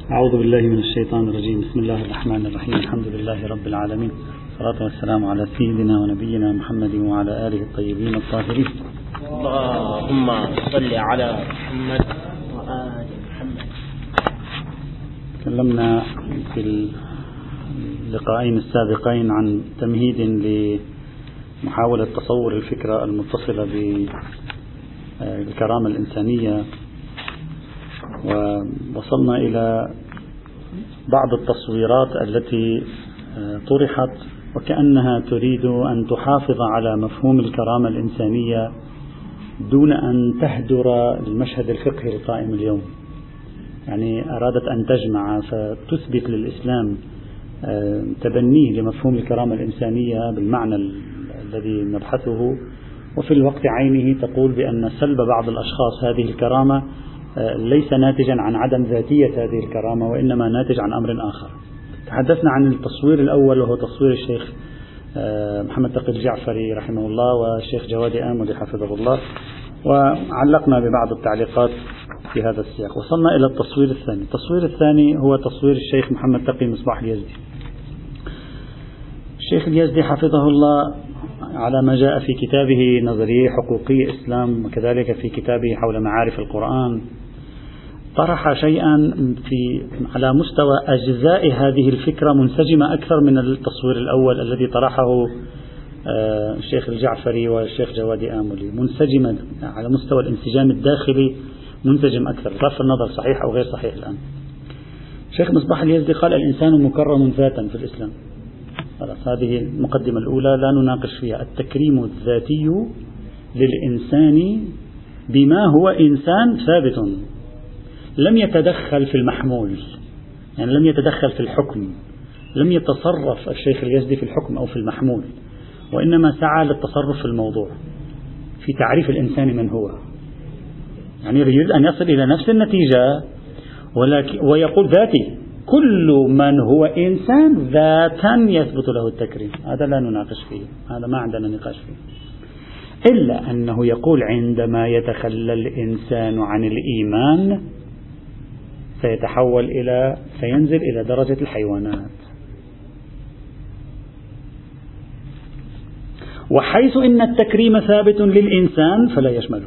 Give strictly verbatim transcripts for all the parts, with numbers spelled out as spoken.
أعوذ بالله من الشيطان الرجيم. بسم الله الرحمن الرحيم. الحمد لله رب العالمين، والصلاة والسلام على سيدنا ونبينا محمد وعلى آله الطيبين الطاهرين. اللهم صل على محمد وآل محمد. تكلمنا في اللقاءين السابقين عن تمهيد لمحاولة تصور الفكرة المتصلة بالكرامة الإنسانية، ووصلنا إلى بعض التصويرات التي طرحت وكأنها تريد أن تحافظ على مفهوم الكرامة الإنسانية دون أن تهدر المشهد الفقهي القائم اليوم. يعني أرادت أن تجمع فتثبت للإسلام تبنيه لمفهوم الكرامة الإنسانية بالمعنى الذي نبحثه، وفي الوقت عينه تقول بأن سلب بعض الأشخاص هذه الكرامة ليس ناتجا عن عدم ذاتية هذه الكرامة، وإنما ناتج عن أمر آخر. تحدثنا عن التصوير الأول وهو تصوير الشيخ محمد تقي الجعفري رحمه الله والشيخ جواد آملي حفظه الله، وعلقنا ببعض التعليقات في هذا السياق. وصلنا إلى التصوير الثاني. التصوير الثاني هو تصوير الشيخ محمد تقي مصباح اليزدي. الشيخ اليزدي حفظه الله على ما جاء في كتابه نظرية حقوقية إسلام، وكذلك في كتابه حول معارف القرآن، طرح شيئا في على مستوى أجزاء هذه الفكرة منسجمة أكثر من التصوير الأول الذي طرحه الشيخ الجعفري والشيخ جواد آملي. منسجمة على مستوى الانسجام الداخلي، منسجم أكثر بغض النظر صحيح أو غير صحيح. الآن الشيخ مصباح اليزدي قال الإنسان مكرم ذاتا في الإسلام. خلاص، هذه المقدمة الأولى لا نناقش فيها. التكريم الذاتي للإنسان بما هو إنسان ثابت، لم يتدخل في المحمول، يعني لم يتدخل في الحكم، لم يتصرف الشيخ اليزدي في الحكم أو في المحمول، وإنما سعى للتصرف في الموضوع، في تعريف الإنسان من هو. يعني يريد أن يصل إلى نفس النتيجة، ولكن ويقول ذاتي، كل من هو إنسان ذاتا يثبت له التكريم. هذا لا نناقش فيه، هذا ما عندنا نقاش فيه، إلا أنه يقول عندما يتخلى الإنسان عن الإيمان سيتحول إلى سينزل إلى درجة الحيوانات، وحيث إن التكريم ثابت للإنسان فلا يشمله.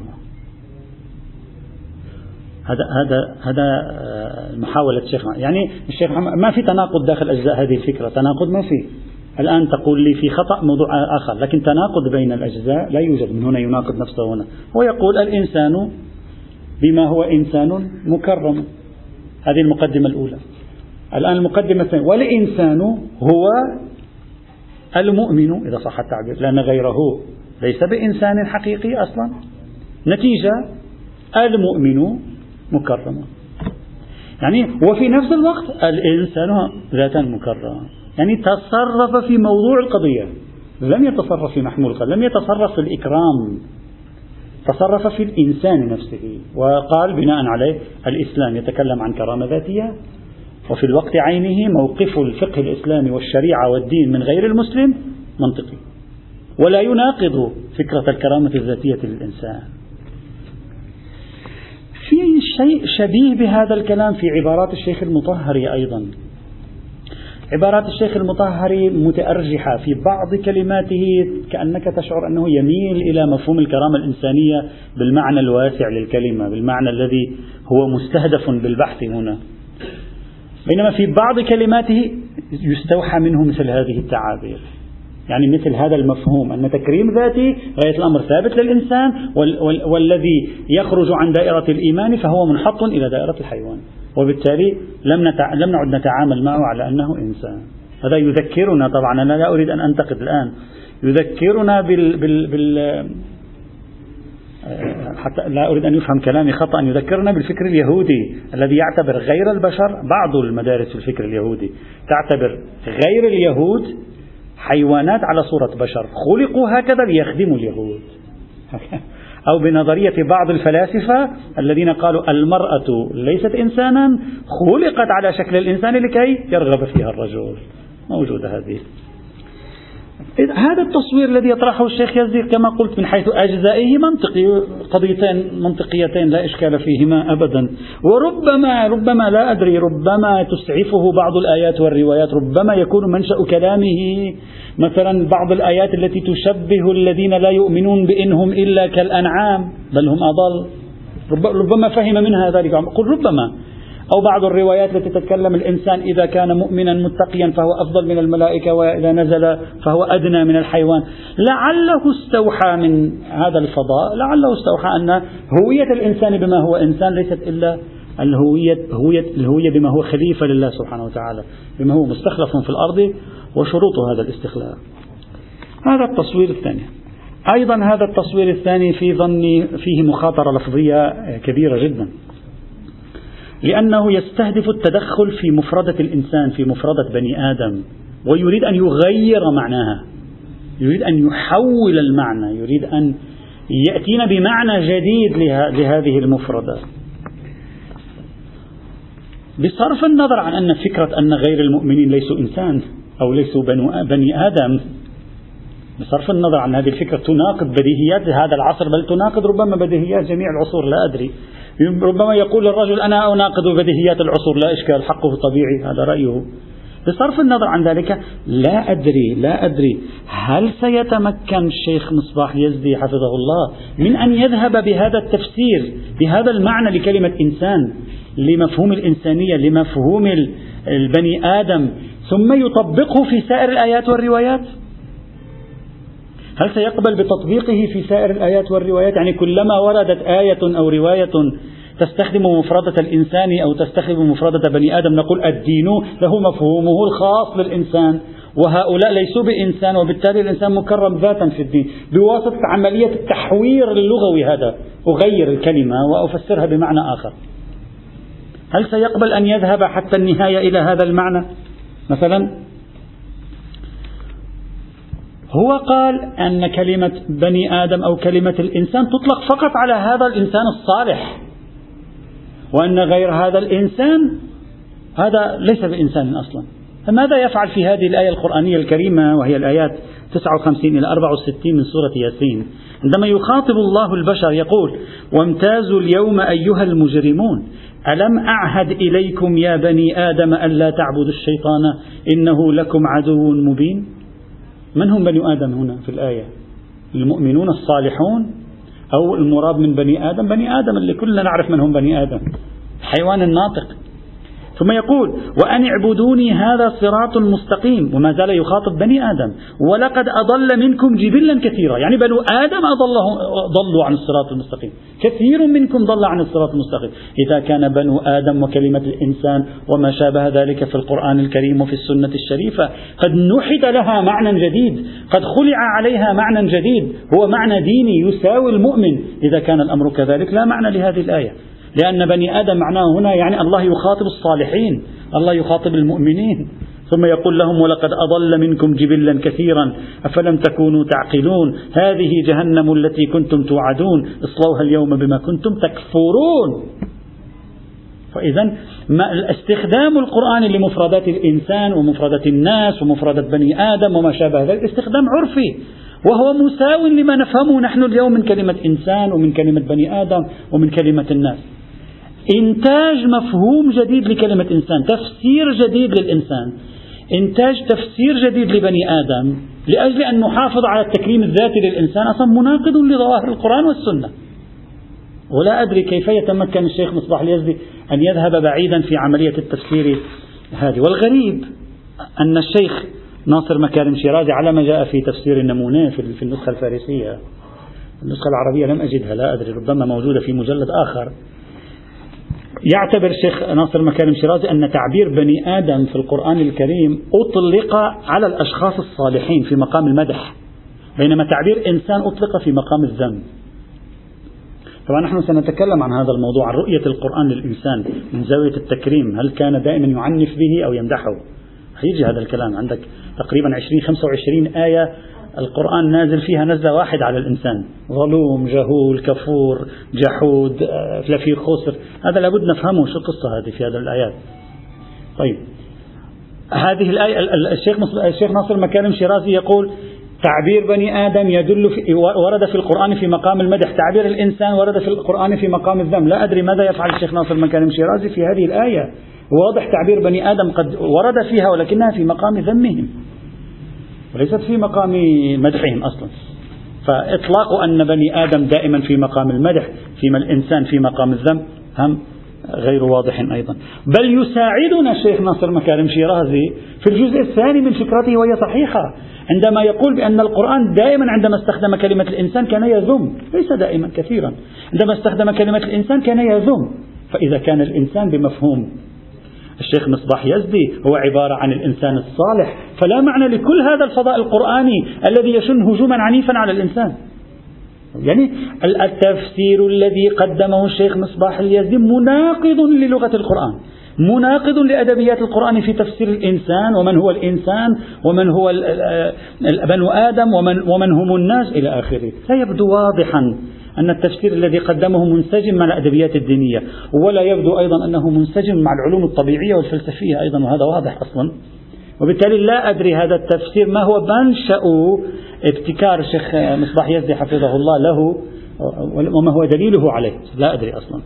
هذا هذا هذا محاولة الشيخ. يعني الشيخ ما في تناقض داخل أجزاء هذه الفكرة، تناقض ما في. الآن تقول لي في خطأ موضوع آخر، لكن تناقض بين الأجزاء لا يوجد. من هنا يناقض نفسه هنا. هو يقول الإنسان بما هو إنسان مكرم. هذه المقدمة الأولى. الآن المقدمة الثانية، والإنسان هو المؤمن إذا صح التعبير، لأن غيره ليس بإنسان حقيقي أصلا. نتيجة المؤمن مكرم. يعني وفي نفس الوقت الإنسان ذاتا مكرم، يعني تصرف في موضوع القضية، لم يتصرف في محمول القضية، لم يتصرف في الإكرام، تصرف في الإنسان نفسه. وقال بناء عليه الإسلام يتكلم عن كرامة ذاتية، وفي الوقت عينه موقف الفقه الإسلامي والشريعة والدين من غير المسلم منطقي، ولا يناقض فكرة الكرامة الذاتية للإنسان. في شيء شبيه بهذا الكلام في عبارات الشيخ المطهري أيضا. عبارات الشيخ المطهري متأرجحة في بعض كلماته، كأنك تشعر أنه يميل إلى مفهوم الكرامة الإنسانية بالمعنى الواسع للكلمة، بالمعنى الذي هو مستهدف بالبحث هنا، بينما في بعض كلماته يستوحى منه مثل هذه التعابير، يعني مثل هذا المفهوم أن تكريم ذاتي غاية الأمر ثابت للإنسان، وال وال والذي يخرج عن دائرة الإيمان فهو منحط إلى دائرة الحيوان، وبالتالي لم نتع... لم نعد نتعامل معه على أنه إنسان. هذا يذكرنا، طبعا أنا لا أريد أن أنتقد الآن، يذكرنا بال, بال... بال... حتى لا أريد أن يفهم كلامي خطأ، يذكرنا بالفكر اليهودي الذي يعتبر غير البشر، بعض المدارس في الفكر اليهودي تعتبر غير اليهود حيوانات على صورة بشر، خلقوا هكذا ليخدموا اليهود. أو بنظرية بعض الفلاسفة الذين قالوا المرأة ليست إنسانا، خلقت على شكل الإنسان لكي يرغب فيها الرجل. موجودة هذه. هذا التصوير الذي يطرحه الشيخ يزدي كما قلت من حيث أجزائه منطقي، قضيتين منطقيتين لا إشكال فيهما أبدا. وربما ربما لا أدري ربما تسعفه بعض الآيات والروايات، ربما يكون منشأ كلامه مثلا بعض الآيات التي تشبه الذين لا يؤمنون بإنهم إلا كالأنعام بل هم أضل، ربما فهم منها ذلك، قل ربما. أو بعض الروايات التي تتكلم الإنسان إذا كان مؤمنا متقيا فهو أفضل من الملائكة، وإذا نزل فهو أدنى من الحيوان. لعله استوحى من هذا الفضاء، لعله استوحى أن هوية الإنسان بما هو إنسان ليست إلا الهوية هوية الهوية بما هو خليفة لله سبحانه وتعالى، بما هو مستخلف في الأرض وشروط هذا الاستخلاف. هذا التصوير الثاني. أيضا هذا التصوير الثاني في ظني فيه مخاطرة لفظية كبيرة جدا، لأنه يستهدف التدخل في مفردة الإنسان، في مفردة بني آدم، ويريد أن يغير معناها، يريد أن يحول المعنى، يريد أن يأتينا بمعنى جديد لهذه المفردة، بصرف النظر عن أن فكرة أن غير المؤمنين ليسوا إنسان أو ليسوا بني آدم، بصرف النظر عن هذه الفكرة تناقض بديهيات هذا العصر، بل تناقض ربما بديهيات جميع العصور، لا أدري. ربما يقول الرجل أنا أناقض بديهيات العصور، لا إشكال، حقه طبيعي، هذا رأيه. بصرف النظر عن ذلك لا أدري لا أدري هل سيتمكن الشيخ مصباح يزدي حفظه الله من أن يذهب بهذا التفسير، بهذا المعنى لكلمة إنسان، لمفهوم الإنسانية، لمفهوم البني آدم، ثم يطبقه في سائر الآيات والروايات؟ هل سيقبل بتطبيقه في سائر الآيات والروايات؟ يعني كلما وردت آية أو رواية تستخدم مفردة الإنسان أو تستخدم مفردة بني آدم نقول الدين له مفهومه الخاص للإنسان، وهؤلاء ليسوا بإنسان، وبالتالي الإنسان مكرم ذاتا في الدين بواسطة عملية التحوير اللغوي هذا، أغير الكلمة وأفسرها بمعنى آخر. هل سيقبل أن يذهب حتى النهاية إلى هذا المعنى؟ مثلا هو قال أن كلمة بني آدم أو كلمة الإنسان تطلق فقط على هذا الإنسان الصالح، وأن غير هذا الإنسان هذا ليس بإنسان أصلا. فماذا يفعل في هذه الآية القرآنية الكريمة وهي الآيات تسعة وخمسين إلى أربعة وستين من سورة ياسين، عندما يخاطب الله البشر يقول وامتازوا اليوم أيها المجرمون ألم أعهد إليكم يا بني آدم ألا تعبدوا الشيطان إنه لكم عدو مبين. من هم بني آدم هنا في الآية؟ المؤمنون الصالحون أو المراد من بني آدم بني آدم اللي كلنا نعرف من هم بني آدم، الحيوان الناطق. ثم يقول وأن اعبدوني هذا صراط مستقيم، وما زال يخاطب بني آدم، ولقد أضل منكم جبلا كثيرا، يعني بنو آدم ضلوا عن الصراط المستقيم، كثير منكم ضل عن الصراط المستقيم. إذا كان بنو آدم وكلمة الإنسان وما شابه ذلك في القرآن الكريم وفي السنة الشريفة قد نحت لها معنى جديد، قد خلع عليها معنى جديد، هو معنى ديني يساوي المؤمن، إذا كان الأمر كذلك لا معنى لهذه الآية، لأن بني آدم معناه هنا يعني الله يخاطب الصالحين، الله يخاطب المؤمنين. ثم يقول لهم ولقد أضل منكم جبلا كثيرا أفلم تكونوا تعقلون هذه جهنم التي كنتم توعدون اصلوها اليوم بما كنتم تكفرون. فإذا استخدام القرآن لمفردات الإنسان ومفردات الناس ومفردات بني آدم وما شابه ذلك استخدام عرفي، وهو مساو لما نفهمه نحن اليوم من كلمة إنسان ومن كلمة بني آدم ومن كلمة الناس. إنتاج مفهوم جديد لكلمة إنسان، تفسير جديد للإنسان، إنتاج تفسير جديد لبني آدم لأجل أن نحافظ على التكريم الذاتي للإنسان، أصلا مناقض لظواهر القرآن والسنة. ولا أدري كيف يتمكن الشيخ مصباح اليزدي أن يذهب بعيدا في عملية التفسير هذه. والغريب أن الشيخ ناصر مكارم شيرازي على ما جاء في تفسير النمونة في النسخة الفارسية، النسخة العربية لم أجدها، لا أدري ربما موجودة في مجلد آخر، يعتبر الشيخ ناصر مكارم شيرازي أن تعبير بني آدم في القرآن الكريم أطلق على الأشخاص الصالحين في مقام المدح، بينما تعبير إنسان أطلق في مقام الذم. طبعا نحن سنتكلم عن هذا الموضوع، عن رؤية القرآن للإنسان من زاوية التكريم، هل كان دائما يعنف به أو يمدحه؟ هيجي هذا الكلام، عندك تقريبا عشرين خمسة وعشرين آية القرآن نازل فيها نزلة واحد على الإنسان، ظلوم جهول كفور جحود لفي خسر، هذا لابد نفهمه شو القصة هذه في هذه الآيات. طيب هذه الآية الشيخ الشيخ ناصر مكارم شيرازي يقول تعبير بني آدم يدل في ورد في القرآن في مقام المدح، تعبير الإنسان ورد في القرآن في مقام الذم. لا أدري ماذا يفعل الشيخ ناصر مكارم شيرازي في هذه الآية. واضح تعبير بني آدم قد ورد فيها ولكنها في مقام ذمهم وليست في مقام مدحهم أصلا. فإطلاق أن بني آدم دائما في مقام المدح فيما الإنسان في مقام الذم هم غير واضح أيضا. بل يساعدنا الشيخ ناصر مكارم شيرازي في الجزء الثاني من فكرته وهي صحيحة عندما يقول بأن القرآن دائما عندما استخدم كلمة الإنسان كان يذم، ليس دائما كثيرا، عندما استخدم كلمة الإنسان كان يذم. فإذا كان الإنسان بمفهوم الشيخ مصباح يزدي هو عبارة عن الإنسان الصالح، فلا معنى لكل هذا الفضاء القرآني الذي يشن هجوما عنيفا على الإنسان. يعني التفسير الذي قدمه الشيخ مصباح اليزدي مناقض للغة القرآن، مناقض لأدبيات القرآن في تفسير الإنسان ومن هو الإنسان ومن هو بنو آدم ومن, ومن هم الناس إلى آخره. لا يبدو واضحا أن التفسير الذي قدمه منسجم مع الأدبيات الدينية، ولا يبدو أيضا أنه منسجم مع العلوم الطبيعية والفلسفية أيضا، وهذا واضح أصلا. وبالتالي لا أدري هذا التفسير ما هو منشأ ابتكار الشيخ مصباح يزدي حفظه الله له وما هو دليله عليه، لا أدري أصلا.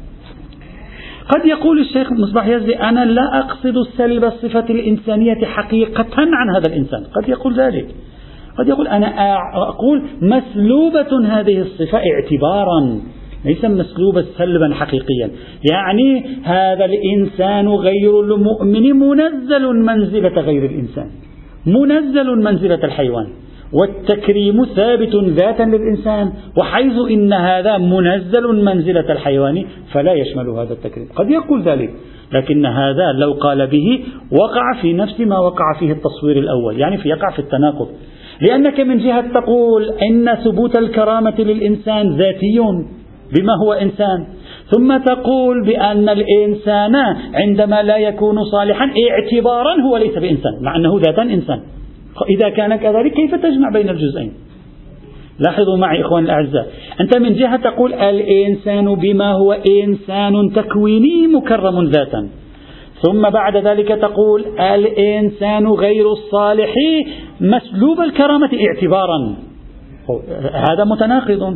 قد يقول الشيخ مصباح يزدي أنا لا أقصد سلب الصفة الإنسانية حقيقة عن هذا الإنسان، قد يقول ذلك. قد يقول أنا أقول مسلوبة هذه الصفة اعتبارا، ليس مسلوبة سلبا حقيقيا. يعني هذا الإنسان غير المؤمن منزل منزلة غير الإنسان، منزل منزلة الحيوان، والتكريم ثابت ذاتا للإنسان، وحيث إن هذا منزل منزلة الحيوان فلا يشمل هذا التكريم. قد يقول ذلك، لكن هذا لو قال به وقع في نفس ما وقع فيه التصوير الأول، يعني في يقع في التناقض. لأنك من جهة تقول إن ثبوت الكرامة للإنسان ذاتي بما هو إنسان، ثم تقول بأن الإنسان عندما لا يكون صالحا اعتبارا هو ليس بإنسان مع أنه ذاتا إنسان. إذا كان كذلك كيف تجمع بين الجزئين؟ لاحظوا معي إخوان الأعزاء، أنت من جهة تقول الإنسان بما هو إنسان تكويني مكرم ذاتا، ثم بعد ذلك تقول الإنسان غير الصالح مسلوب الكرامة اعتبارا. هذا متناقض،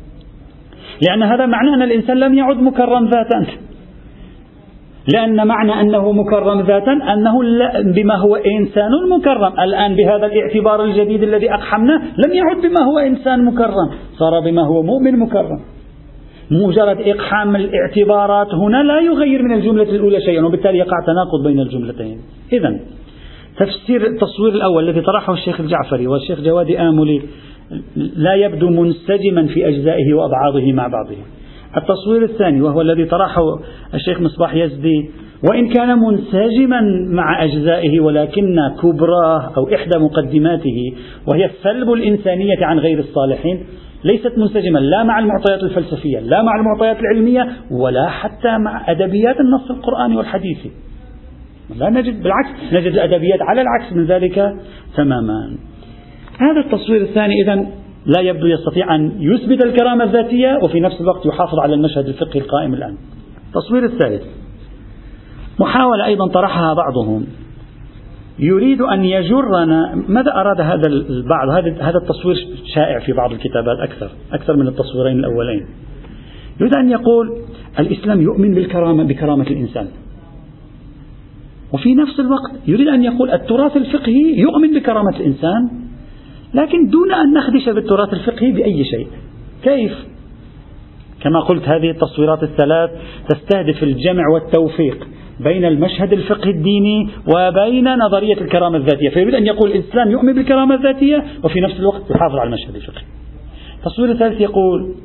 لأن هذا معناه أن الإنسان لم يعد مكرم ذاتا، لأن معنى أنه مكرم ذاتا أنه بما هو إنسان مكرم. الآن بهذا الاعتبار الجديد الذي أقحمناه لم يعد بما هو إنسان مكرم، صار بما هو مؤمن مكرم. مجرد إقحام الاعتبارات هنا لا يغير من الجملة الأولى شيئا، وبالتالي يقع تناقض بين الجملتين. إذن تفسير التصوير الأول الذي طرحه الشيخ الجعفري والشيخ جوادي آملي لا يبدو منسجما في أجزائه وأبعاضه مع بعضه. التصوير الثاني وهو الذي طرحه الشيخ مصباح يزدي وإن كان منسجما مع أجزائه ولكن كبراه أو إحدى مقدماته وهي سلب الإنسانية عن غير الصالحين ليست منسجمة لا مع المعطيات الفلسفية لا مع المعطيات العلمية ولا حتى مع أدبيات النص القرآني والحديثي. لا نجد، بالعكس نجد الأدبيات على العكس من ذلك تماما. هذا التصوير الثاني إذن لا يبدو يستطيع أن يثبت الكرامة الذاتية وفي نفس الوقت يحافظ على المشهد الفقهي القائم الآن. التصوير الثالث محاولة أيضا طرحها بعضهم يريد أن يجرنا. ماذا أراد هذا البعض؟ هذا التصوير شائع في بعض الكتابات أكثر أكثر من التصويرين الأولين. يريد أن يقول الإسلام يؤمن بالكرامة بكرامة الإنسان، وفي نفس الوقت يريد أن يقول التراث الفقهي يؤمن بكرامة الإنسان، لكن دون أن نخدش بالتراث الفقهي بأي شيء. كيف؟ كما قلت هذه التصويرات الثلاث تستهدف الجمع والتوفيق بين المشهد الفقهي الديني وبين نظرية الكرامة الذاتية، فيريد أن يقول الإسلام يؤمن بالكرامة الذاتية وفي نفس الوقت يحافظ على المشهد الفقهي. التصوير الثالث يقول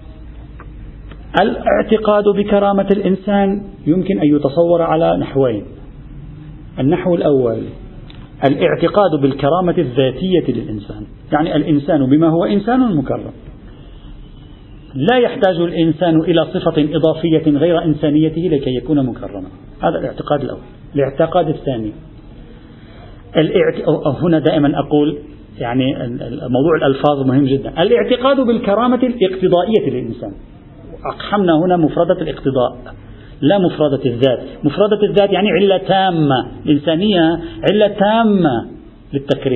الاعتقاد بكرامة الإنسان يمكن أن يتصور على نحوين. النحو الأول الاعتقاد بالكرامة الذاتية للإنسان، يعني الإنسان بما هو إنسان مكرم، لا يحتاج الإنسان إلى صفة إضافية غير إنسانيته لكي يكون مكرما. هذا الاعتقاد الأول. الاعتقاد الثاني الاعت... هنا دائما أقول يعني موضوع الألفاظ مهم جدا. الاعتقاد بالكرامة الاقتضائية للإنسان، أقحمنا هنا مفردة الاقتضاء لا مفردة الذات. مفردة الذات يعني علة تامة، الإنسانية علة تامة للتكريم.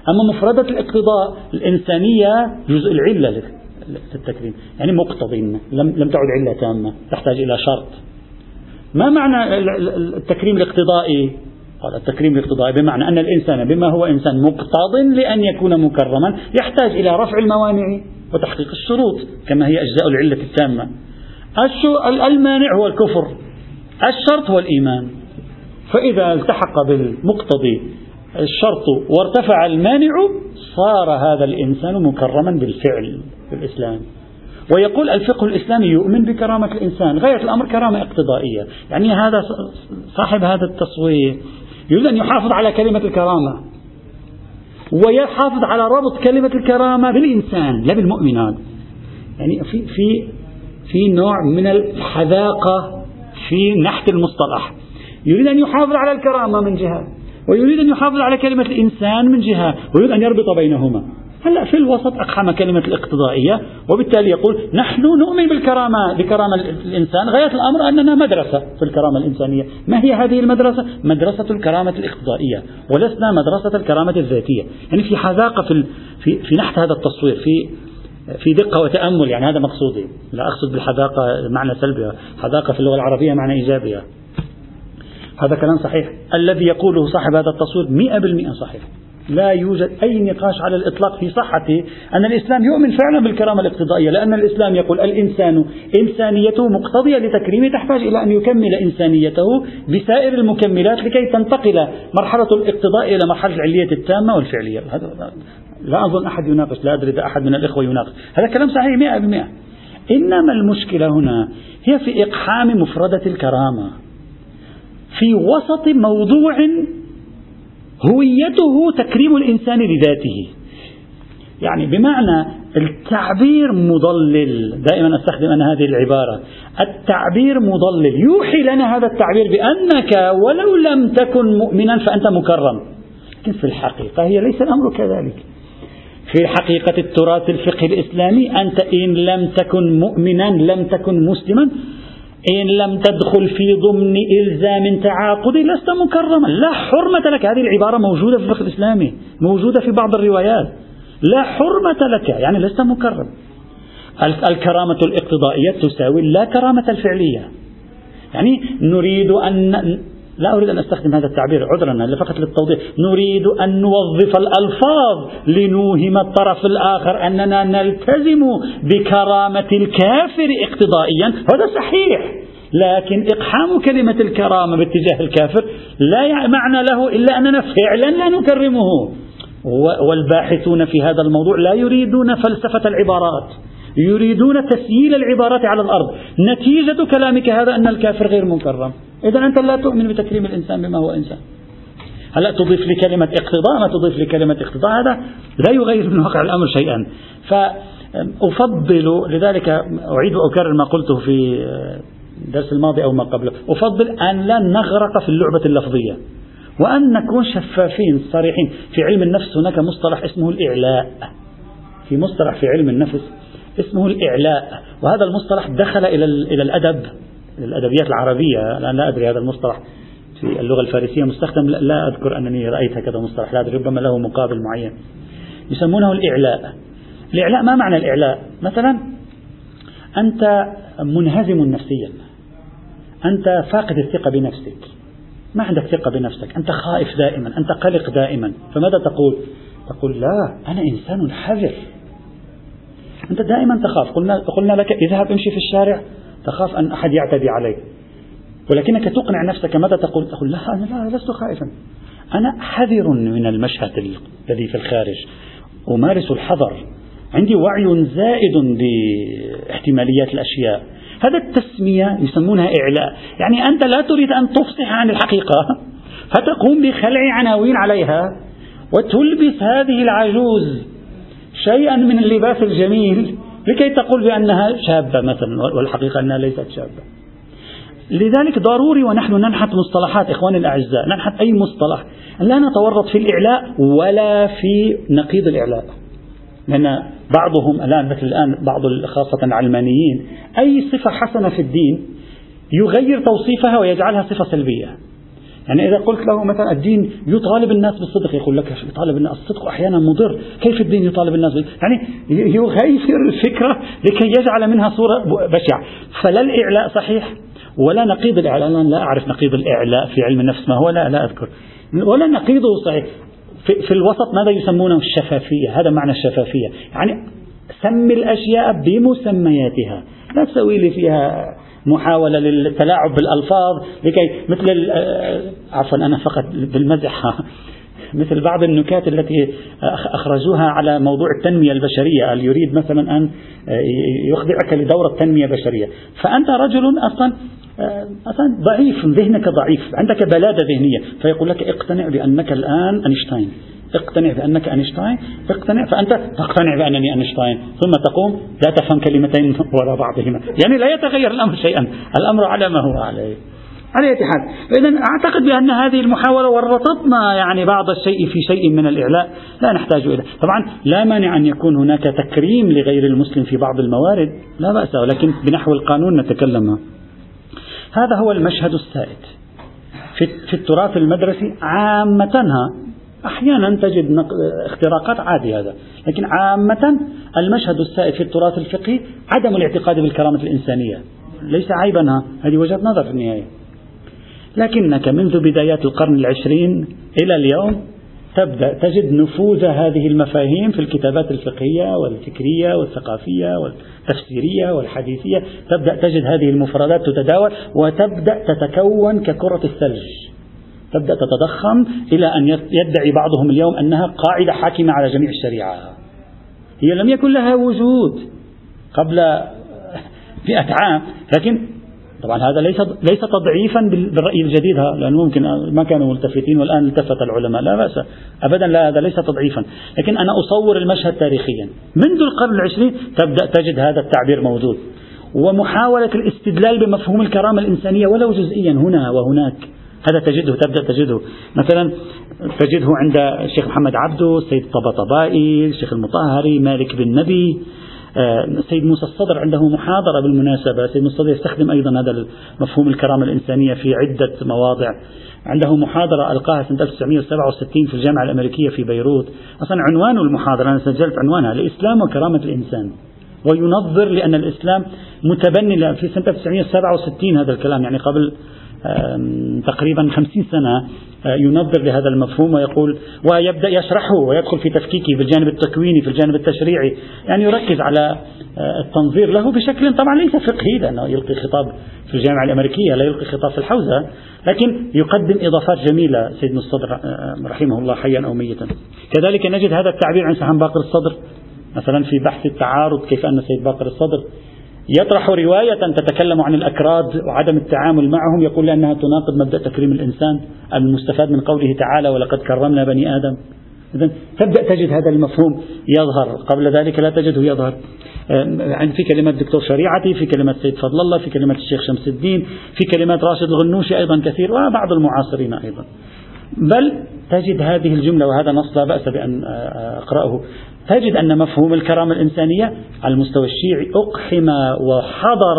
أما مفردة الاقتضاء الإنسانية جزء العلة للتكريم، يعني مقتضي، لم لم تعد علة تامة تحتاج إلى شرط. ما معنى التكريم الاقتضائي؟ قال التكريم الاقتضائي بمعنى أن الإنسان بما هو إنسان مقتض لأن يكون مكرما يحتاج إلى رفع الموانع وتحقيق الشروط كما هي أجزاء العلة التامة. المانع هو الكفر، الشرط هو الإيمان. فإذا التحق بالمقتضي الشرط وارتفع المانع صار هذا الإنسان مكرما بالفعل في الإسلام. ويقول الفقه الإسلامي يؤمن بكرامة الإنسان، غاية الأمر كرامة اقتضائية. يعني هذا صاحب هذا التصوير يريد أن يحافظ على كلمة الكرامة ويحافظ على ربط كلمة الكرامة بالإنسان لا بالمؤمنات. يعني في في في نوع من الحذاقة في نحت المصطلح. يريد أن يحافظ على الكرامة من جهة، ويريد أن يحافظ على كلمة الإنسان من جهة، ويريد أن يربط بينهما. هلأ في الوسط أقحم كلمة الاقتضائية، وبالتالي يقول نحن نؤمن بالكرامة بكرامة الإنسان، غاية الأمر أننا مدرسة في الكرامة الإنسانية. ما هي هذه المدرسة؟ مدرسة الكرامة الاقتضائية، ولسنا مدرسة الكرامة الذاتية. يعني في حذاقة في في, في نحت هذا التصوير، في في دقة وتأمل. يعني هذا مقصودي، لا أقصد بالحذاقة معنى سلبي، حذاقة في اللغة العربية معنى إيجابية. هذا كلام صحيح، الذي يقوله صاحب هذا التصوير مئة بالمئة صحيح. لا يوجد أي نقاش على الإطلاق في صحة أن الإسلام يؤمن فعلا بالكرامة الاقتضائية، لأن الإسلام يقول الإنسان إنسانيته مقتضية لتكريمه، تحتاج إلى أن يكمل إنسانيته بسائر المكملات لكي تنتقل مرحلة الاقتضاء إلى مرحلة العلية التامة والفعلية. هذا لا أظن أحد يناقش، لا أدري إذا أحد من الإخوة يناقش هذا كلام صحيح مئة بالمئة. إنما المشكلة هنا هي في إقحام مفردة الكرامة في وسط موضوع هويته تكريم الإنسان لذاته. يعني بمعنى التعبير مضلل، دائما أستخدم أنا هذه العبارة، التعبير مضلل يوحي لنا هذا التعبير بأنك ولو لم تكن مؤمنا فأنت مكرم، لكن في الحقيقة هي ليس الأمر كذلك. في حقيقة التراث الفقهي الإسلامي أنت إن لم تكن مؤمنا لم تكن مسلما، إن لم تدخل في ضمن إلزام تعاقدي لست مكرما، لا حرمة لك. هذه العبارة موجودة في الفقه الإسلامي، موجودة في بعض الروايات، لا حرمة لك، يعني لست مكرم. الكرامة الاقتضائية تساوي لا كرامة الفعلية. يعني نريد أن، لا أريد أن أستخدم هذا التعبير عذرا فقط للتوضيح، نريد أن نوظف الألفاظ لنوهم الطرف الآخر أننا نلتزم بكرامة الكافر اقتضائيا، هذا صحيح. لكن إقحام كلمة الكرامة باتجاه الكافر لا معنى له إلا أننا فعلا لا نكرمه. والباحثون في هذا الموضوع لا يريدون فلسفة العبارات، يريدون تسييل العبارات على الأرض. نتيجة كلامك هذا أن الكافر غير مكرم، إذا أنت لا تؤمن بتكريم الإنسان بما هو إنسان. هلأ تضيف لي كلمة اقتضاء، ما تضيف لي كلمة اقتضاء، هذا لا يغير من واقع الأمر شيئا. فأفضل، لذلك أعيد وأكرر ما قلته في الدرس الماضي أو ما قبله، أفضل أن لا نغرق في اللعبة اللفظية وأن نكون شفافين صريحين. في علم النفس هناك مصطلح اسمه الإعلاء، في مصطلح في علم النفس اسمه الإعلاء، وهذا المصطلح دخل إلى إلى الأدب، الأدبيات العربية. الآن لا أدري هذا المصطلح في اللغة الفارسية مستخدم، لا أذكر أنني رأيت هكذا مصطلح، لا أدري، ربما له مقابل معين. يسمونه الإعلاء. الإعلاء ما معنى الإعلاء؟ مثلا أنت منهزم نفسيا، أنت فاقد الثقة بنفسك، ما عندك ثقة بنفسك، أنت خائف دائما، أنت قلق دائما، فماذا تقول؟ تقول لا أنا إنسان حذر. أنت دائما تخاف، قلنا, قلنا لك اذهب امشي في الشارع تخاف أن أحد يعتدي عليك، ولكنك تقنع نفسك، ماذا تقول؟ تقول لا أنا لا لست خائفا، أنا حذر من المشهد الذي في الخارج، أمارس الحذر، عندي وعي زائد باحتماليات الأشياء. هذا التسمية يسمونها إعلاء. يعني أنت لا تريد أن تفصح عن الحقيقة، فتقوم بخلع عناوين عليها وتلبس هذه العجوز شيئا من اللباس الجميل لكي تقول بأنها شابة مثلا، والحقيقة أنها ليست شابة. لذلك ضروري ونحن ننحت مصطلحات إخواني الأعزاء، ننحت أي مصطلح، لا نتورط في الإعلاء ولا في نقيض الإعلاء، لأن بعضهم الآن مثل الآن بعض خاصة العلمانيين أي صفة حسنة في الدين يغير توصيفها ويجعلها صفة سلبية. يعني إذا قلت له مثلا الدين يطالب الناس بالصدق، يقول لك يطالب الناس الصدق أحيانا مضر، كيف الدين يطالب الناس بالصدق؟ يعني يغير الفكرة لكي يجعل منها صورة بشعة. فلا الإعلاء صحيح ولا نقيض الإعلاء، لا أعرف نقيض الإعلاء في علم النفس ما هو، لا لا أذكر، ولا نقيضه صحيح. في, في الوسط ماذا يسمونه الشفافية، هذا معنى الشفافية، يعني سم الأشياء بمسمياتها، لا تسوي لي فيها محاولة للتلاعب بالألفاظ لكي مثل عفوا أنا فقط بالمزح مثل بعض النكات التي أخرجوها على موضوع التنمية البشرية، اللي يريد مثلا أن يخضعك لدورة تنمية بشرية، فأنت رجل أصلا أصلا ضعيف، ذهنك ضعيف، عندك بلادة ذهنية، فيقول لك اقتنع بأنك الآن أينشتاين، اقتنع بأنك أينشتاين، اقتنع، فأنت تقتنع بأنني أينشتاين، ثم تقوم لا تفهم كلمتين وراء بعضهما، يعني لا يتغير الأمر شيئا، الأمر على ما هو عليه. على أي حال، فإذا أعتقد بأن هذه المحاولة ورطتنا يعني بعض الشيء في شيء من الإعلاء لا نحتاج إليه. طبعا لا مانع أن يكون هناك تكريم لغير المسلم في بعض الموارد، لا بأس، ولكن بنحو القانون نتكلم. هذا هو المشهد السائد في, في التراث المدرسي عامة. أحيانا تجد اختراقات عادية هذا، لكن عامة المشهد السائد في التراث الفقهي عدم الاعتقاد بالكرامة الإنسانية، ليس عيبا، هذه وجهة نظر في النهاية. لكنك منذ بدايات القرن العشرين إلى اليوم تبدأ تجد نفوذ هذه المفاهيم في الكتابات الفقهية والفكرية والثقافية والتفسيرية والحديثية، تبدأ تجد هذه المفردات تتداول وتبدأ تتكون ككرة الثلج، تبدأ تتضخم إلى أن يدعي بعضهم اليوم أنها قاعدة حاكمة على جميع الشريعة. هي لم يكن لها وجود قبل مئة عام، لكن طبعا هذا ليس ليس تضعيفا بالرأي الجديد، لأنه ممكن ما كانوا ملتفتين والآن التفت العلماء، لا بأس أبدا، لا هذا ليس تضعيفا، لكن أنا أصور المشهد تاريخيا منذ القرن العشرين تبدأ تجد هذا التعبير موجود، ومحاولة الاستدلال بمفهوم الكرامة الإنسانية ولو جزئيا هنا وهناك، هذا تجده، تبدأ تجده مثلا تجده عند الشيخ محمد عبده، السيد الطباطبائي، الشيخ المطهري، مالك بن نبي، سيد موسى الصدر عنده محاضرة بالمناسبة، سيد موسى الصدر يستخدم أيضا هذا مفهوم الكرامة الإنسانية في عدة مواضع، عنده محاضرة ألقاها سنة ألف وتسعمئة وسبعة وستين في الجامعة الأمريكية في بيروت، أصلا عنوان المحاضرة أنا سجلت عنوانها الإسلام وكرامة الإنسان، وينظر لأن الإسلام متبني في سنة ألف وتسعمئة وسبعة وستين، هذا الكلام يعني قبل تقريبا خمسين سنة، ينظر لهذا المفهوم ويقول ويبدأ يشرحه ويدخل في تفكيكه في الجانب التكويني في الجانب التشريعي، يعني يركز على التنظير له بشكل طبعا ليس فقهي، لأنه يلقي خطاب في الجامعة الأمريكية لا يلقي خطاب في الحوزة، لكن يقدم إضافات جميلة سيد الصدر رحمه الله حيا أو ميتا. كذلك نجد هذا التعبير عن سحن باقر الصدر مثلا في بحث التعارض، كيف أن سيد باقر الصدر يطرح رواية تتكلم عن الأكراد وعدم التعامل معهم، يقول لأنها تناقض مبدأ تكريم الإنسان المستفاد من قوله تعالى ولقد كرمنا بني آدم. إذن تبدأ تجد هذا المفهوم يظهر، قبل ذلك لا تجده يظهر، في كلمات دكتور شريعتي، في كلمات سيد فضل الله، في كلمات الشيخ شمس الدين، في كلمات راشد الغنوشي أيضا كثير، وبعض المعاصرين أيضا. بل تجد هذه الجملة، وهذا نص لا بأس بأن أقرأه، تجد أن مفهوم الكرامة الإنسانية على المستوى الشيعي أقحم وحضر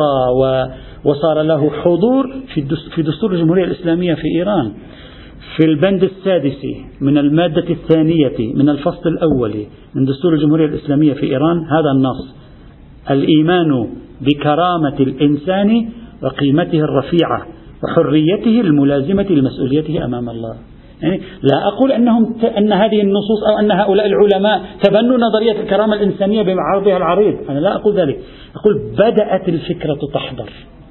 وصار له حضور في دستور الجمهورية الإسلامية في إيران، في البند السادس من المادة الثانية من الفصل الأول من دستور الجمهورية الإسلامية في إيران هذا النص: الإيمان بكرامة الإنسان وقيمته الرفيعة وحريته الملازمة لمسؤوليته أمام الله. يعني لا أقول أنهم أن هذه النصوص أو أن هؤلاء العلماء تبنوا نظرية الكرامة الإنسانية بعرضها العريض، أنا لا أقول ذلك، أقول بدأت الفكرة تحضر.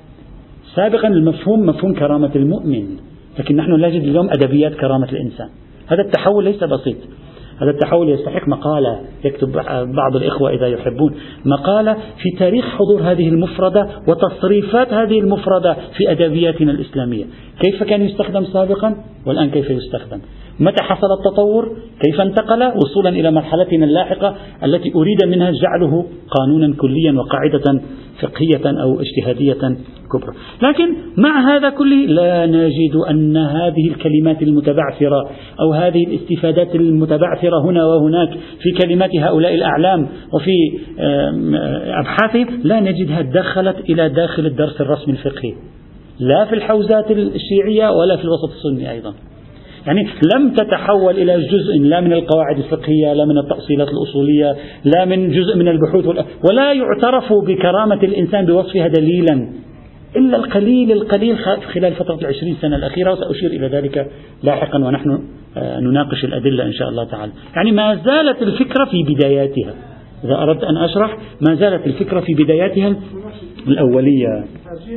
سابقا المفهوم مفهوم كرامة المؤمن، لكن نحن لا نجد اليوم أدبيات كرامة الإنسان. هذا التحول ليس بسيط، هذا التحول يستحق مقالة يكتب بعض الإخوة إذا يحبون، مقالة في تاريخ حضور هذه المفردة وتصريفات هذه المفردة في أدبياتنا الإسلامية، كيف كان يستخدم سابقا والآن كيف يستخدم، متى حصل التطور، كيف انتقل وصولا إلى مرحلتنا اللاحقة التي أريد منها جعله قانونا كليا وقاعدة فقهية أو اجتهادية كبرى. لكن مع هذا كله لا نجد أن هذه الكلمات المتبعثرة أو هذه الاستفادات المتبعثرة هنا وهناك في كلمات هؤلاء الأعلام وفي أبحاثهم لا نجدها دخلت إلى داخل الدرس الرسمي الفقهي. لا في الحوزات الشيعية ولا في الوسط السني أيضا. يعني لم تتحول إلى جزء لا من القواعد الفقهية لا من التأصيلات الأصولية لا من جزء من البحوث، ولا يعترف بكرامة الإنسان بوصفها دليلا إلا القليل القليل خلال فترة العشرين سنة الأخيرة، وسأشير إلى ذلك لاحقا ونحن نناقش الأدلة إن شاء الله تعالى. يعني ما زالت الفكرة في بداياتها، إذا أردت أن أشرح ما زالت الفكرة في بداياتها الأولية.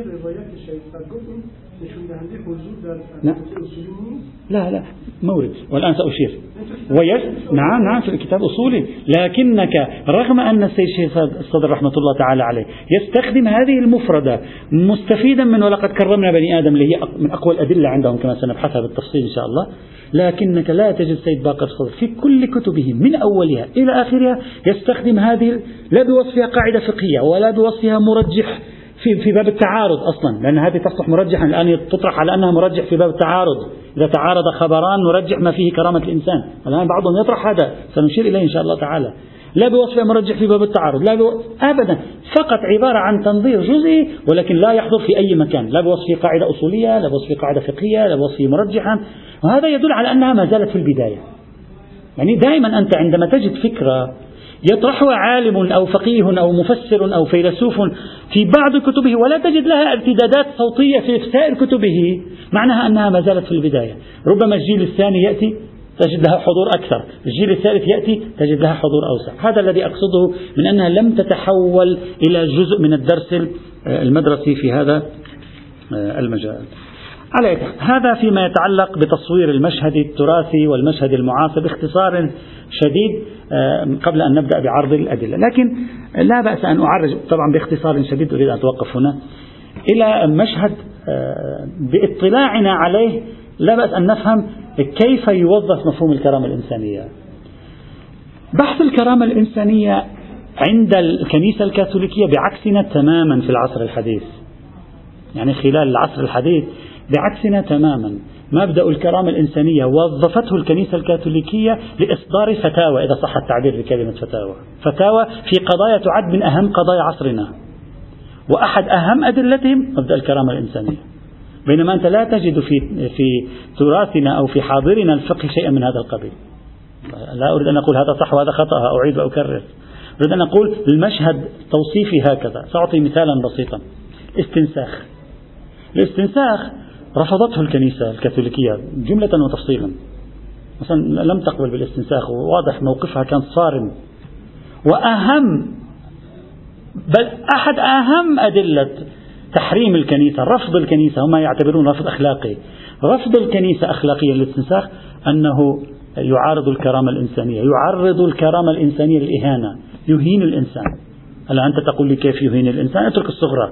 لا لا مورد، والآن سأشير. ويس نعم نعم في الكتاب أصولي، لكنك رغم أن السيد الشيخ الصدر رحمة الله تعالى عليه يستخدم هذه المفردة مستفيدا من ولقد كرمنا بني آدم اللي هي من أقوى الأدلة عندهم كما سنبحثها بالتفصيل إن شاء الله، لكنك لا تجد سيد باقر الصدر في كل كتبه من أولها إلى آخرها يستخدم هذه لا بوصفها قاعدة فقهية ولا بوصفها مرجح في في باب التعارض أصلا، لأن هذه تصبح مرجحا الآن تطرح على أنها مرجح في باب التعارض. إذا تعارض خبران نرجح ما فيه كرامة الإنسان، الآن بعضهم يطرح هذا سنشير إليه إن شاء الله تعالى. لا بوصفه مرجح في باب التعارض، لا بو... أبدا، فقط عبارة عن تنظير جزئي ولكن لا يحضر في أي مكان، لا بوصفه قاعدة أصولية لا بوصفه قاعدة فقهية لا بوصفه مرجحا، وهذا يدل على أنها ما زالت في البداية. يعني دائما أنت عندما تجد فكرة يطرحها عالم أو فقيه أو مفسر أو فيلسوف في بعض كتبه ولا تجد لها ارتدادات صوتية في سائر كتبه، معناها أنها ما زالت في البداية. ربما الجيل الثاني يأتي تجد لها حضور أكثر، الجيل الثالث يأتي تجد لها حضور أوسع. هذا الذي أقصده من أنها لم تتحول إلى جزء من الدرس المدرسي في هذا المجال. على هذا فيما يتعلق بتصوير المشهد التراثي والمشهد المعاصر باختصار شديد قبل أن نبدأ بعرض الأدلة، لكن لا بأس أن أعرج طبعا باختصار شديد، أريد أن أتوقف هنا إلى مشهد باطلاعنا عليه لا بأس أن نفهم كيف يوظف مفهوم الكرامة الإنسانية. بحث الكرامة الإنسانية عند الكنيسة الكاثوليكية بعكسنا تماما في العصر الحديث، يعني خلال العصر الحديث بعكسنا تماما. مبدأ الكرامة الإنسانية وظفته الكنيسة الكاثوليكية لإصدار فتاوى، إذا صح التعبير بكلمة فتاوى، فتاوى في قضايا تعد من أهم قضايا عصرنا، وأحد أهم أدلتهم مبدأ الكرامة الإنسانية. بينما أنت لا تجد في في تراثنا أو في حاضرنا الفقهي شيئا من هذا القبيل. لا أريد أن أقول هذا صح وهذا خطأ، أعيد وأكرر، أريد أن أقول المشهد توصيفي هكذا. سأعطي مثالا بسيطا. استنساخ. الاستنساخ رفضته الكنيسة الكاثوليكية جملة وتفصيلا، مثلا لم تقبل بالاستنساخ، وواضح موقفها كان صارم. وأهم بل أحد أهم أدلة تحريم الكنيسة، رفض الكنيسة، هم يعتبرون رفض أخلاقي، رفض الكنيسة أخلاقيا للاستنساخ أنه يعارض الكرامة الإنسانية، يعرض الكرامة الإنسانية للإهانة، يهين الإنسان. هلا أنت تقول لي كيف يهين الإنسان؟ اترك الصغرى،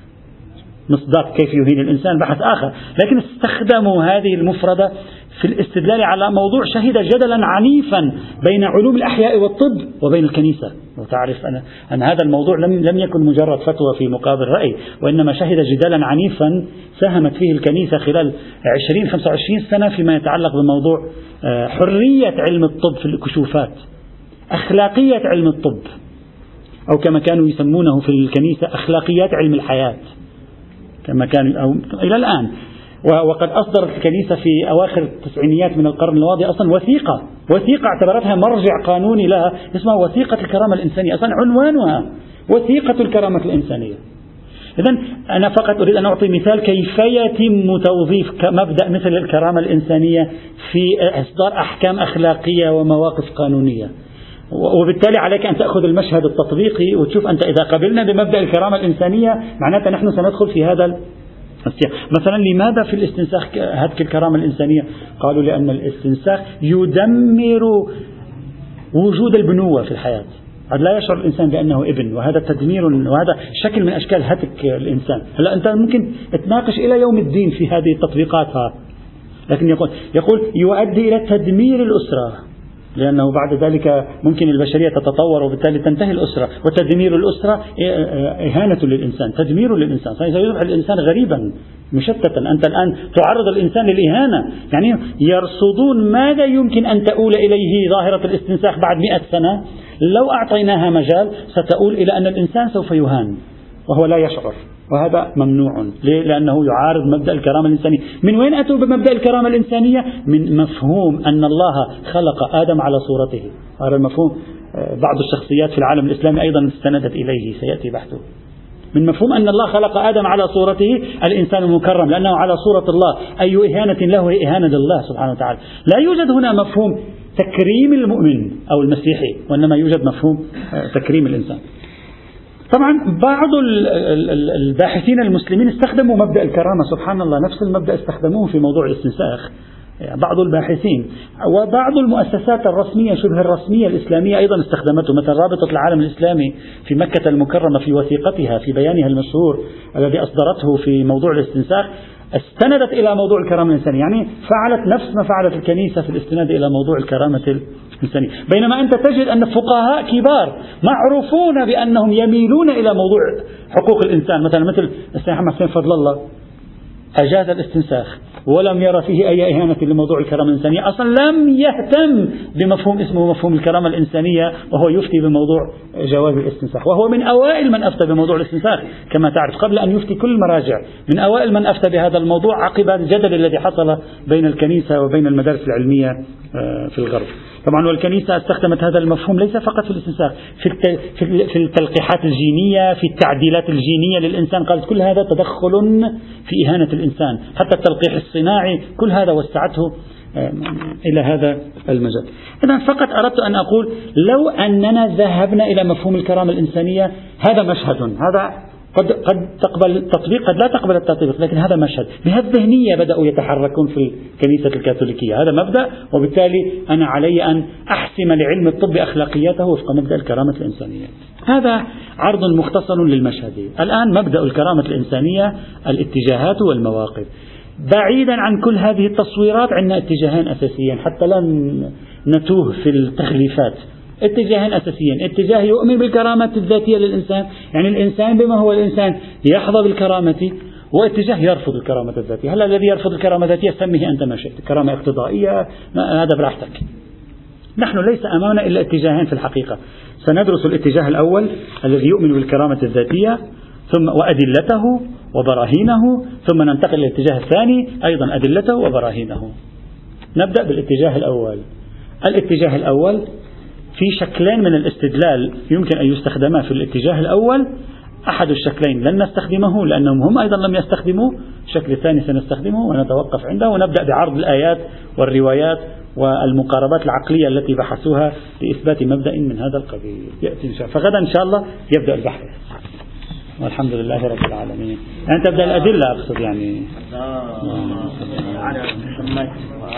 مصداق كيف يهين الإنسان بحث آخر، لكن استخدموا هذه المفردة في الاستدلال على موضوع شهد جدلا عنيفا بين علوم الأحياء والطب وبين الكنيسة. وتعرف أن, أن هذا الموضوع لم, لم يكن مجرد فتوى في مقابل رأي، وإنما شهد جدلا عنيفا ساهمت فيه الكنيسة خلال عشرين خمسة وعشرين سنة فيما يتعلق بموضوع حرية علم الطب في الكشوفات، أخلاقية علم الطب، أو كما كانوا يسمونه في الكنيسة أخلاقيات علم الحياة كما كان أو إلى الآن. وقد أصدرت الكنيسة في أواخر التسعينيات من القرن الماضي أصلا وثيقة وثيقة اعتبرتها مرجع قانوني لها، اسمها وثيقة الكرامة الإنسانية، أصلا عنوانها وثيقة الكرامة الإنسانية. إذن أنا فقط أريد أن أعطي مثال كيف يتم توظيف مبدأ مثل الكرامة الإنسانية في إصدار أحكام أخلاقية ومواقف قانونية. وبالتالي عليك أن تأخذ المشهد التطبيقي وتشوف أنت إذا قبلنا بمبدأ الكرامة الإنسانية معناته نحن سندخل في هذا السياق. مثلا لماذا في الاستنساخ هتك الكرامة الإنسانية؟ قالوا لأن الاستنساخ يدمر وجود البنوة في الحياة، لا يشعر الإنسان بأنه ابن، وهذا تدمير وهذا شكل من أشكال هتك الإنسان. هلا أنت ممكن تناقش إلى يوم الدين في هذه التطبيقات، لكن يقول يقول يؤدي إلى تدمير الأسرة، لأنه بعد ذلك ممكن البشرية تتطور وبالتالي تنتهي الأسرة، وتدمير الأسرة إهانة للإنسان، تدمير للإنسان، سيصبح الإنسان غريبا مشتتا. أنت الآن تعرض الإنسان للإهانة، يعني يرصدون ماذا يمكن أن تؤول إليه ظاهرة الاستنساخ بعد مئة سنة. لو أعطيناها مجال ستؤول إلى أن الإنسان سوف يهان، وهو لا يشعر، وهذا ممنوع. ليه؟ لأنه يعارض مبدأ الكرامة الإنسانية. من وين أتوا بمبدأ الكرامة الإنسانية؟ من مفهوم أن الله خلق آدم على صورته. هذا المفهوم بعض الشخصيات في العالم الإسلامي أيضا استندت إليه، سيأتي بحثه. من مفهوم أن الله خلق آدم على صورته، الإنسان المكرم لأنه على صورة الله، أي إهانة له هي إهانة لله سبحانه وتعالى. لا يوجد هنا مفهوم تكريم المؤمن أو المسيحي، وإنما يوجد مفهوم تكريم الإنسان. طبعا بعض الباحثين المسلمين استخدموا مبدأ الكرامة، سبحان الله، نفس المبدأ استخدموه في موضوع الاستنساخ بعض الباحثين، وبعض المؤسسات الرسمية شبه الرسمية الإسلامية أيضا استخدمته. مثلا رابطة العالم الإسلامي في مكة المكرمة في وثيقتها في بيانها المشهور الذي أصدرته في موضوع الاستنساخ استندت إلى موضوع الكرامة الإنسانية، يعني فعلت نفس ما فعلت الكنيسة في الاستناد إلى موضوع الكرامة الإنسانية. بينما أنت تجد أن فقهاء كبار معروفون بأنهم يميلون إلى موضوع حقوق الإنسان، مثلا مثل السيد محمد حسين فضل الله أجاز الاستنساخ ولم يرى فيه أي إهانة لموضوع الكرامة الإنسانية، أصلا لم يهتم بمفهوم اسمه مفهوم الكرامة الإنسانية، وهو يفتي بموضوع جواز الاستنساخ، وهو من أوائل من أفتى بموضوع الاستنساخ كما تعرف، قبل أن يفتي كل المراجع، من أوائل من أفتى بهذا الموضوع عقب الجدل الذي حصل بين الكنيسة وبين المدارس العلمية في الغرب. طبعا والكنيسة استخدمت هذا المفهوم ليس فقط في الاستنساخ، في في التلقيحات الجينية، في التعديلات الجينية للإنسان، قالت كل هذا تدخل في إهانة الإنسان، حتى التلقيح الصناعي كل هذا وسعته إلى هذا المجال. إذن فقط أردت أن أقول لو أننا ذهبنا إلى مفهوم الكرامة الإنسانية، هذا مشهد، هذا قد قد تقبل التطبيق، قد لا تقبل التطبيق، لكن هذا مشهد. بهالذهنية بدأوا يتحركون في الكنيسة الكاثوليكية، هذا مبدأ، وبالتالي أنا علي أن أحسم لعلم الطب أخلاقياته وفق مبدأ الكرامة الإنسانية. هذا عرض مختصر للمشهد. الآن مبدأ الكرامة الإنسانية، الاتجاهات والمواقف. بعيدا عن كل هذه التصويرات عندنا اتجاهين أساسيين حتى لا نتوه في التخليفات. اتجاهين أساسيين، اتجاه يؤمن بالكرامة الذاتية للإنسان، يعني الإنسان بما هو الإنسان يحظى بالكرامة، واتجاه يرفض الكرامة الذاتية. هلا الذي يرفض الكرامة الذاتية سميه أنت ما شئت، كرامة اقتضائية، هذا براحتك. نحن ليس أمامنا إلا اتجاهين في الحقيقة. سندرس الاتجاه الأول الذي يؤمن بالكرامة الذاتية ثم وأدلته وبراهينه، ثم ننتقل للاتجاه الثاني أيضا أدلته وبراهينه. نبدأ بالاتجاه الأول. الاتجاه الأول في شكلين من الاستدلال يمكن أن يستخدما في الاتجاه الأول. أحد الشكلين لن نستخدمه لأنهم هم أيضا لم يستخدموه، الشكل الثاني سنستخدمه ونتوقف عنده، ونبدأ بعرض الآيات والروايات والمقاربات العقلية التي بحثوها لإثبات مبدأ من هذا القبيل. يأتي إن شاء الله، فغدا إن شاء الله يبدأ البحث، والحمد لله رب العالمين. يعني تبدأ الأدلة أقصد يعني.